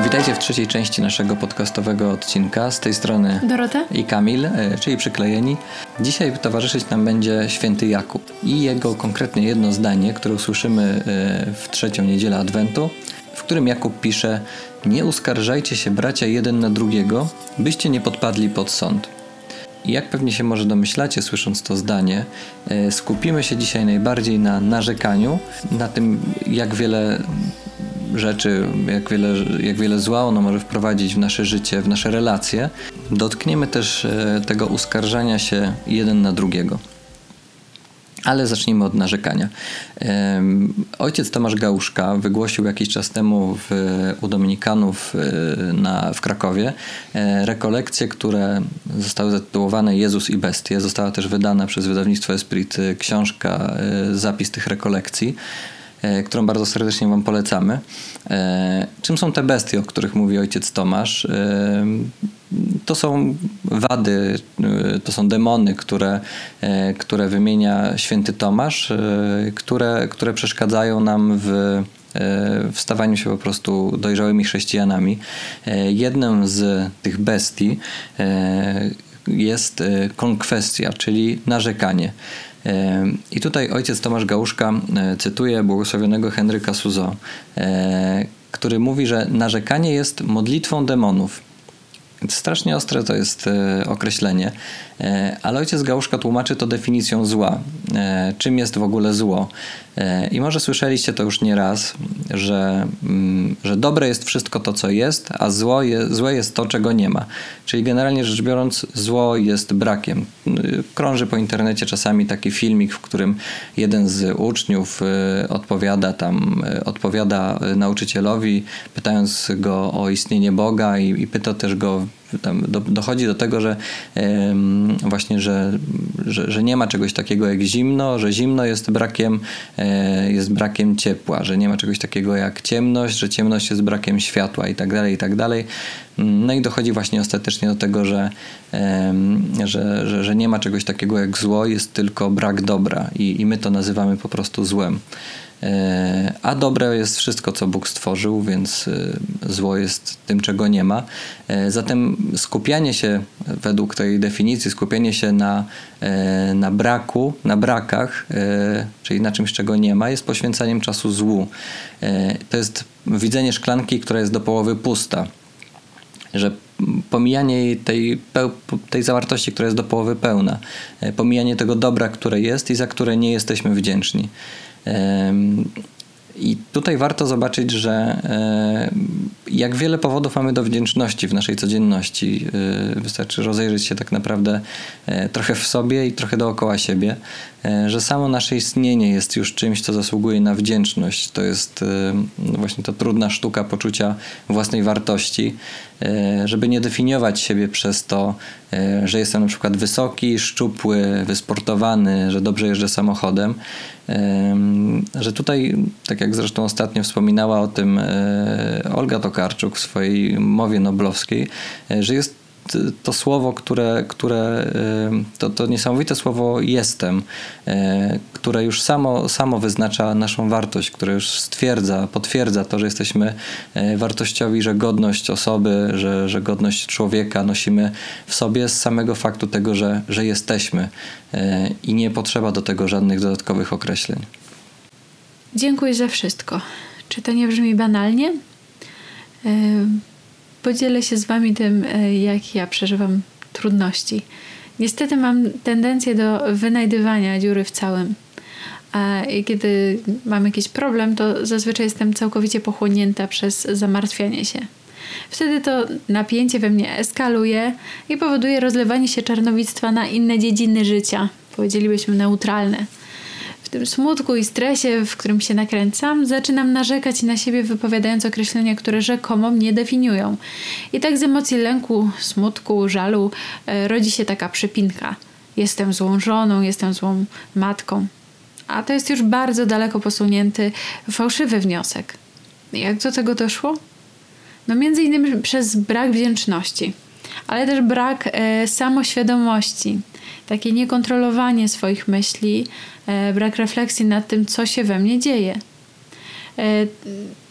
Witajcie w trzeciej części naszego podcastowego odcinka. Z tej strony Dorota i Kamil, czyli Przyklejeni. Dzisiaj towarzyszyć nam będzie święty Jakub i jego konkretnie jedno zdanie, które usłyszymy w trzecią niedzielę Adwentu, w którym Jakub pisze: nie uskarżajcie się, bracia, jeden na drugiego, byście nie podpadli pod sąd. I jak pewnie się może domyślacie, słysząc to zdanie, skupimy się dzisiaj najbardziej na narzekaniu, na tym, jak wiele rzeczy, jak wiele zła ono może wprowadzić w nasze życie, w nasze relacje. Dotkniemy też tego uskarżania się jeden na drugiego. Ale zacznijmy od narzekania. Ojciec Tomasz Gałuszka wygłosił jakiś czas temu u Dominikanów w Krakowie rekolekcje, które zostały zatytułowane Jezus i bestie. Została też wydana przez wydawnictwo Esprit książka, zapis tych rekolekcji, którą bardzo serdecznie Wam polecamy. Czym są te bestie, o których mówi ojciec Tomasz? To są wady, to są demony, które wymienia święty Tomasz, które przeszkadzają nam w stawaniu się po prostu dojrzałymi chrześcijanami. Jedną z tych bestii jest konkwestia, czyli narzekanie. I tutaj ojciec Tomasz Gałuszka cytuje błogosławionego Henryka Suzo, który mówi, że narzekanie jest modlitwą demonów. Strasznie ostre to jest określenie, ale ojciec Gałuszka tłumaczy to definicją zła. Czym jest w ogóle zło? I może słyszeliście to już nieraz, że dobre jest wszystko to, co jest, a złe jest to, czego nie ma. Czyli generalnie rzecz biorąc, zło jest brakiem. Krąży po internecie czasami taki filmik, w którym jeden z uczniów odpowiada nauczycielowi, pytając go o istnienie Boga i pyta też go, dochodzi do tego, że właśnie, że nie ma czegoś takiego jak zimno, że zimno jest brakiem ciepła, że nie ma czegoś takiego jak ciemność, że ciemność jest brakiem światła i tak dalej, i tak dalej. No i dochodzi właśnie ostatecznie do tego, że nie ma czegoś takiego jak zło, jest tylko brak dobra i my to nazywamy po prostu złem. A dobre jest wszystko, co Bóg stworzył, więc zło jest tym, czego nie ma. Zatem skupianie się, według tej definicji, skupianie się na braku, na brakach, czyli na czymś, czego nie ma, jest poświęcaniem czasu złu. To jest widzenie szklanki, która jest do połowy pusta. Że pomijanie tej zawartości, która jest do połowy pełna. Pomijanie tego dobra, które jest i za które nie jesteśmy wdzięczni. I tutaj warto zobaczyć, że jak wiele powodów mamy do wdzięczności w naszej codzienności. Wystarczy rozejrzeć się tak naprawdę trochę w sobie i trochę dookoła siebie, że samo nasze istnienie jest już czymś, co zasługuje na wdzięczność. To jest właśnie ta trudna sztuka poczucia własnej wartości, żeby nie definiować siebie przez to, że jestem na przykład wysoki, szczupły, wysportowany, że dobrze jeżdżę samochodem. Że tutaj, tak jak zresztą ostatnio wspominała o tym Olga Tokarczuk w swojej mowie noblowskiej, że jest to słowo, to niesamowite słowo jestem, które już samo wyznacza naszą wartość, które już potwierdza to, że jesteśmy wartościowi, że godność osoby, że godność człowieka nosimy w sobie z samego faktu tego, że jesteśmy i nie potrzeba do tego żadnych dodatkowych określeń. Dziękuję za wszystko. Czy to nie brzmi banalnie? Podzielę się z Wami tym, jak ja przeżywam trudności. Niestety mam tendencję do wynajdywania dziury w całym. I kiedy mam jakiś problem, to zazwyczaj jestem całkowicie pochłonięta przez zamartwianie się. Wtedy to napięcie we mnie eskaluje i powoduje rozlewanie się czarnowictwa na inne dziedziny życia. Powiedzielibyśmy neutralne. W tym smutku i stresie, w którym się nakręcam, zaczynam narzekać na siebie, wypowiadając określenia, które rzekomo mnie definiują. I tak z emocji lęku, smutku, żalu rodzi się taka przypinka. Jestem złą żoną, jestem złą matką. A to jest już bardzo daleko posunięty, fałszywy wniosek. Jak do tego doszło? No między innymi przez brak wdzięczności, ale też brak samoświadomości, takie niekontrolowanie swoich myśli, brak refleksji nad tym, co się we mnie dzieje.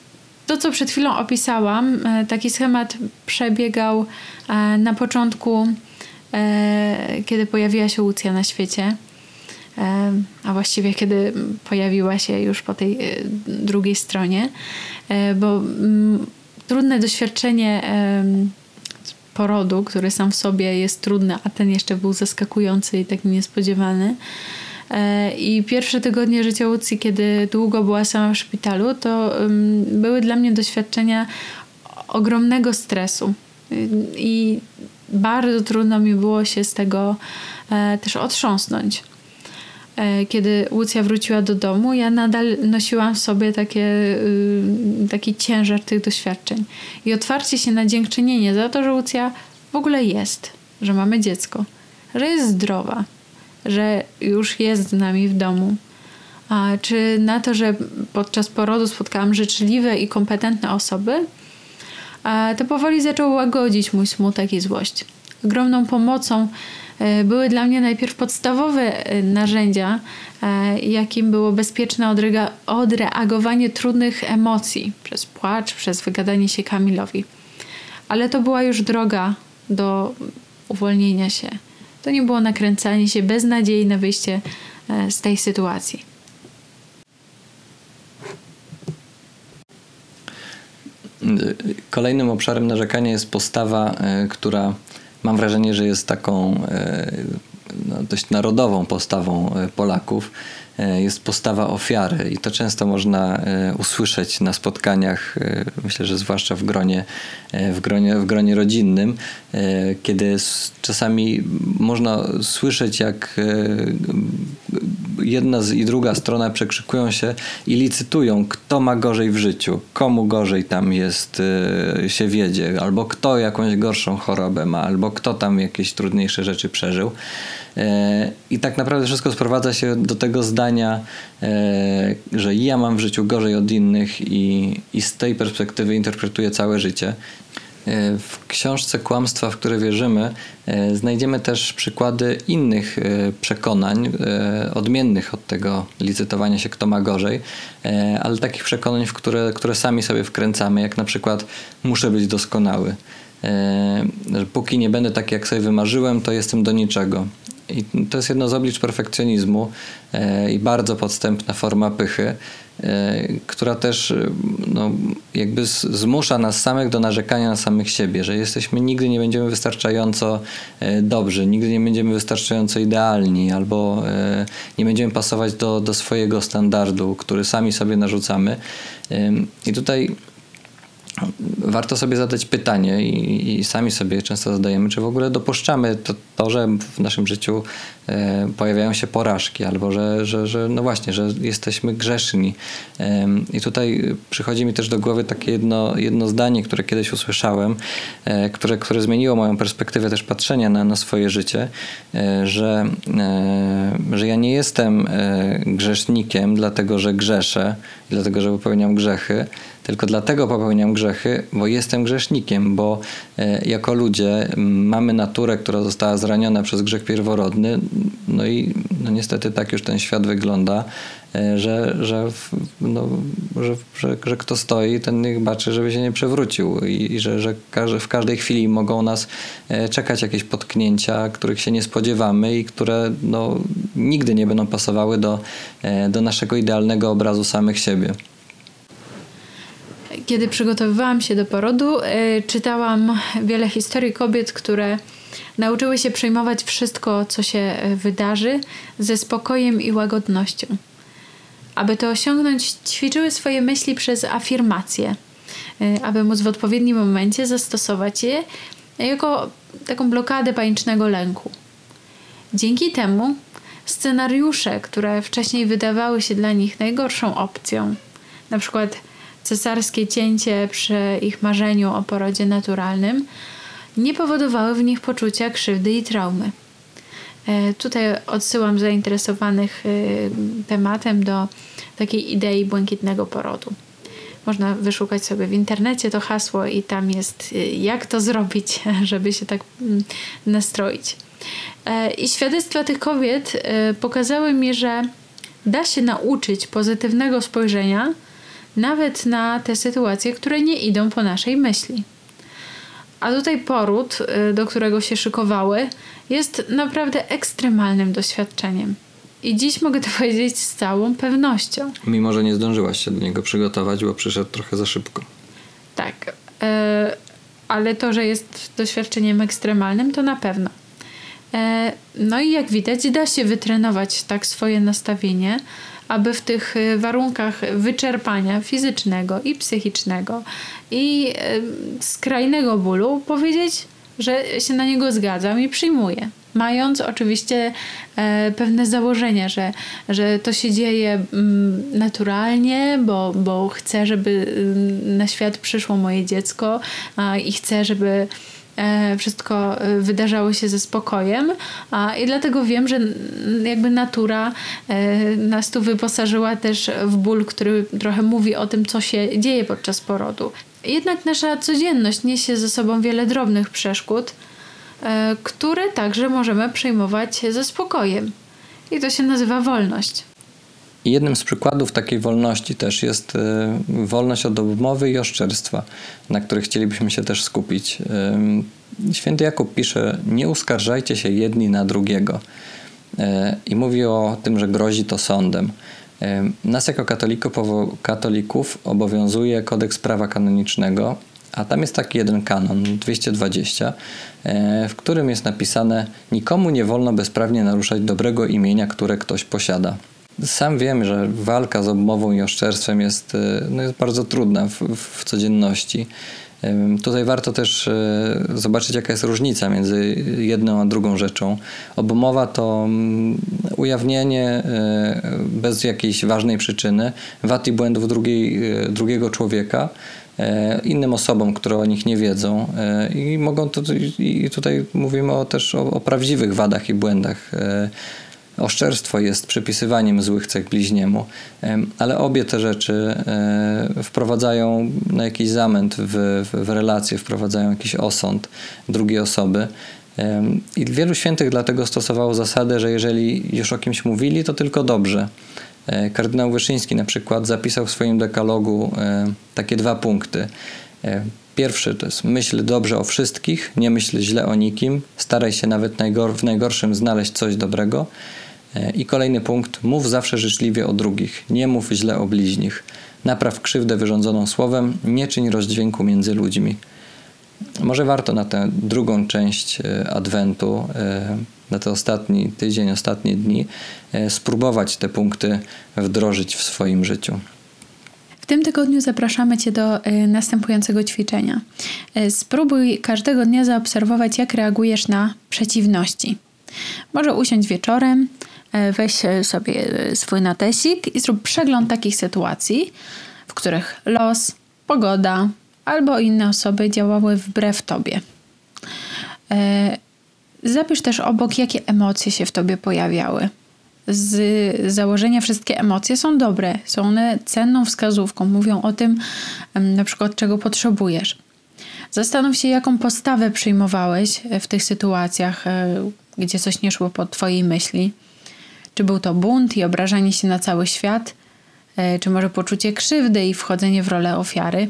To, co przed chwilą opisałam, taki schemat przebiegał na początku, kiedy pojawiła się Łucja na świecie, a właściwie kiedy pojawiła się już po tej drugiej stronie, bo trudne doświadczenie porodu, który sam w sobie jest trudny, a ten jeszcze był zaskakujący i taki niespodziewany. I pierwsze tygodnie życia Łucji, kiedy długo była sama w szpitalu, to były dla mnie doświadczenia ogromnego stresu. I bardzo trudno mi było się z tego też otrząsnąć. Kiedy Łucja wróciła do domu, ja nadal nosiłam w sobie taki ciężar tych doświadczeń. I otwarcie się na dziękczynienie za to, że Łucja w ogóle jest, że mamy dziecko, że jest zdrowa, że już jest z nami w domu. Czy na to, że podczas porodu spotkałam życzliwe i kompetentne osoby, to powoli zaczął łagodzić mój smutek i złość. Ogromną pomocą były dla mnie najpierw podstawowe narzędzia, jakim było bezpieczne odreagowanie trudnych emocji przez płacz, przez wygadanie się Kamilowi. Ale to była już droga do uwolnienia się. To nie było nakręcanie się bez nadziei na wyjście z tej sytuacji. Kolejnym obszarem narzekania jest postawa, która mam wrażenie, że jest taką dość narodową postawą Polaków. Jest postawa ofiary i to często można usłyszeć na spotkaniach, myślę, że zwłaszcza w gronie rodzinnym, kiedy czasami można słyszeć, jak jedna i druga strona przekrzykują się i licytują, kto ma gorzej w życiu, komu gorzej tam jest, się wiedzie, albo kto jakąś gorszą chorobę ma, albo kto tam jakieś trudniejsze rzeczy przeżył. I tak naprawdę wszystko sprowadza się do tego zdania, że ja mam w życiu gorzej od innych i z tej perspektywy interpretuję całe życie. W książce Kłamstwa, w które wierzymy, znajdziemy też przykłady innych przekonań, odmiennych od tego licytowania się, kto ma gorzej, ale takich przekonań, które sami sobie wkręcamy, jak na przykład muszę być doskonały. Póki nie będę tak, jak sobie wymarzyłem, to jestem do niczego. I to jest jedno z oblicz perfekcjonizmu i bardzo podstępna forma pychy, która też jakby zmusza nas samych do narzekania na samych siebie, że nigdy nie będziemy wystarczająco dobrzy, nigdy nie będziemy wystarczająco idealni, albo nie będziemy pasować do swojego standardu, który sami sobie narzucamy. I tutaj warto sobie zadać pytanie i sami sobie często zadajemy, czy w ogóle dopuszczamy to, że w naszym życiu pojawiają się porażki, albo że no właśnie, że jesteśmy grzeszni. I tutaj przychodzi mi też do głowy takie jedno zdanie, które kiedyś usłyszałem, które zmieniło moją perspektywę też patrzenia na swoje życie, że ja nie jestem grzesznikiem dlatego, że grzeszę, dlatego, że popełniam grzechy, tylko dlatego popełniam grzechy, bo jestem grzesznikiem, bo jako ludzie mamy naturę, która została zraniona przez grzech pierworodny, no i niestety tak już ten świat wygląda, że kto stoi, ten niech baczy, żeby się nie przewrócił i że w każdej chwili mogą nas czekać jakieś potknięcia, których się nie spodziewamy i które nigdy nie będą pasowały do naszego idealnego obrazu samych siebie. Kiedy przygotowywałam się do porodu, czytałam wiele historii kobiet, które nauczyły się przyjmować wszystko, co się wydarzy, ze spokojem i łagodnością. Aby to osiągnąć, ćwiczyły swoje myśli przez afirmacje, aby móc w odpowiednim momencie zastosować je jako taką blokadę panicznego lęku. Dzięki temu scenariusze, które wcześniej wydawały się dla nich najgorszą opcją, na przykład cesarskie cięcie przy ich marzeniu o porodzie naturalnym, nie powodowały w nich poczucia krzywdy i traumy. Tutaj odsyłam zainteresowanych tematem do takiej idei błękitnego porodu. Można wyszukać sobie w internecie to hasło i tam jest, jak to zrobić, żeby się tak nastroić. I świadectwa tych kobiet pokazały mi, że da się nauczyć pozytywnego spojrzenia nawet na te sytuacje, które nie idą po naszej myśli. A tutaj poród, do którego się szykowały, jest naprawdę ekstremalnym doświadczeniem. I dziś mogę to powiedzieć z całą pewnością. Mimo, że nie zdążyłaś się do niego przygotować, bo przyszedł trochę za szybko. Tak, ale to, że jest doświadczeniem ekstremalnym, to na pewno. No i jak widać, da się wytrenować tak swoje nastawienie, aby w tych warunkach wyczerpania fizycznego i psychicznego i skrajnego bólu powiedzieć, że się na niego zgadzam i przyjmuję. Mając oczywiście pewne założenia, że to się dzieje naturalnie, bo chcę, żeby na świat przyszło moje dziecko i chcę, żeby wszystko wydarzało się ze spokojem i dlatego wiem, że jakby natura nas tu wyposażyła też w ból, który trochę mówi o tym, co się dzieje podczas porodu. Jednak nasza codzienność niesie ze sobą wiele drobnych przeszkód, które także możemy przyjmować ze spokojem. I to się nazywa wolność. I jednym z przykładów takiej wolności też jest wolność od obmowy i oszczerstwa, na których chcielibyśmy się też skupić. Święty Jakub pisze: nie uskarżajcie się jedni na drugiego. I mówi o tym, że grozi to sądem. Nas jako katolików obowiązuje kodeks prawa kanonicznego, a tam jest taki jeden kanon, 220, w którym jest napisane: nikomu nie wolno bezprawnie naruszać dobrego imienia, które ktoś posiada. Sam wiem, że walka z obmową i oszczerstwem jest bardzo trudna w codzienności. Tutaj warto też zobaczyć, jaka jest różnica między jedną a drugą rzeczą. Obmowa to ujawnienie bez jakiejś ważnej przyczyny wad i błędów drugiego człowieka innym osobom, które o nich nie wiedzą. I tutaj mówimy też o prawdziwych wadach i błędach. Oszczerstwo jest przypisywaniem złych cech bliźniemu, ale obie te rzeczy wprowadzają jakiś zamęt w relacje, wprowadzają jakiś osąd drugiej osoby. I wielu świętych dlatego stosowało zasadę, że jeżeli już o kimś mówili, to tylko dobrze. Kardynał Wyszyński na przykład zapisał w swoim dekalogu takie 2 punkty. Pierwszy to jest: myśl dobrze o wszystkich, nie myśl źle o nikim, staraj się nawet w najgorszym znaleźć coś dobrego. I kolejny punkt: mów zawsze życzliwie o drugich, nie mów źle o bliźnich. Napraw krzywdę wyrządzoną słowem, nie czyń rozdźwięku między ludźmi. Może warto na tę drugą część Adwentu, na ten ostatni tydzień, ostatnie dni, spróbować te punkty wdrożyć w swoim życiu. W tym tygodniu zapraszamy Cię do następującego ćwiczenia. Spróbuj każdego dnia zaobserwować, jak reagujesz na przeciwności. Może usiądź wieczorem, weź sobie swój notesik i zrób przegląd takich sytuacji, w których los, pogoda albo inne osoby działały wbrew Tobie. Zapisz też obok, jakie emocje się w Tobie pojawiały. Z założenia wszystkie emocje są dobre, są one cenną wskazówką, mówią o tym, na przykład czego potrzebujesz. Zastanów się, jaką postawę przyjmowałeś w tych sytuacjach, gdzie coś nie szło po Twojej myśli. Czy był to bunt i obrażanie się na cały świat? Czy może poczucie krzywdy i wchodzenie w rolę ofiary?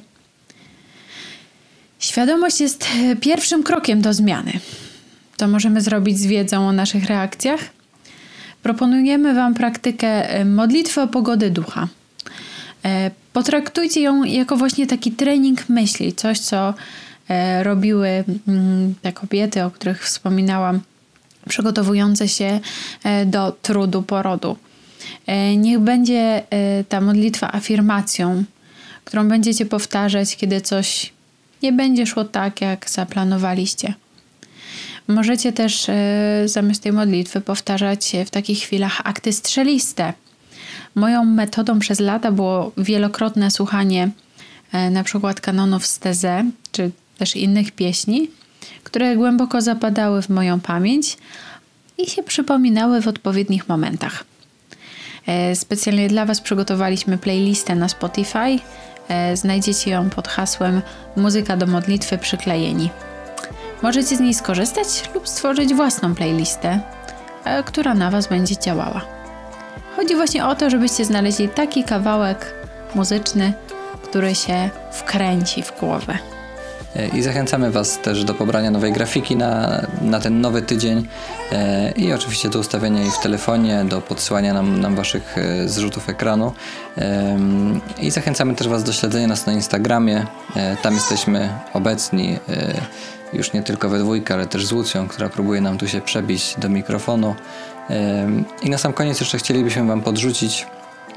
Świadomość jest pierwszym krokiem do zmiany. To możemy zrobić z wiedzą o naszych reakcjach. Proponujemy Wam praktykę modlitwy o pogodę ducha. Potraktujcie ją jako właśnie taki trening myśli, coś co robiły te kobiety, o których wspominałam, przygotowujące się do trudu porodu. Niech będzie ta modlitwa afirmacją, którą będziecie powtarzać, kiedy coś nie będzie szło tak, jak zaplanowaliście. Możecie też zamiast tej modlitwy powtarzać w takich chwilach akty strzeliste. Moją metodą przez lata było wielokrotne słuchanie na przykład kanonów z Teze, czy też innych pieśni, które głęboko zapadały w moją pamięć i się przypominały w odpowiednich momentach. Specjalnie dla Was przygotowaliśmy playlistę na Spotify. Znajdziecie ją pod hasłem Muzyka do modlitwy przyklejeni. Możecie z niej skorzystać lub stworzyć własną playlistę, która na Was będzie działała. Chodzi właśnie o to, żebyście znaleźli taki kawałek muzyczny, który się wkręci w głowę. I zachęcamy Was też do pobrania nowej grafiki na ten nowy tydzień i oczywiście do ustawienia jej w telefonie, do podsyłania nam Waszych zrzutów ekranu. I zachęcamy też Was do śledzenia nas na Instagramie. Tam jesteśmy obecni już nie tylko we dwójkę, ale też z Łucją, która próbuje nam tu się przebić do mikrofonu. I na sam koniec jeszcze chcielibyśmy Wam podrzucić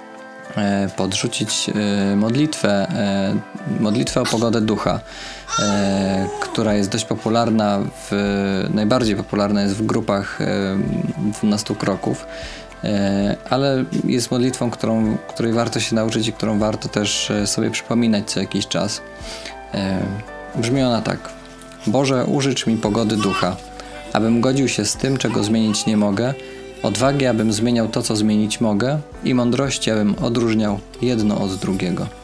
modlitwę o pogodę ducha, która jest dość popularna, najbardziej popularna jest w grupach 12 kroków, ale jest modlitwą, której warto się nauczyć i którą warto też sobie przypominać co jakiś czas. Brzmi ona tak: Boże, użycz mi pogody ducha, abym godził się z tym, czego zmienić nie mogę, odwagi, abym zmieniał to, co zmienić mogę, i mądrości, abym odróżniał jedno od drugiego.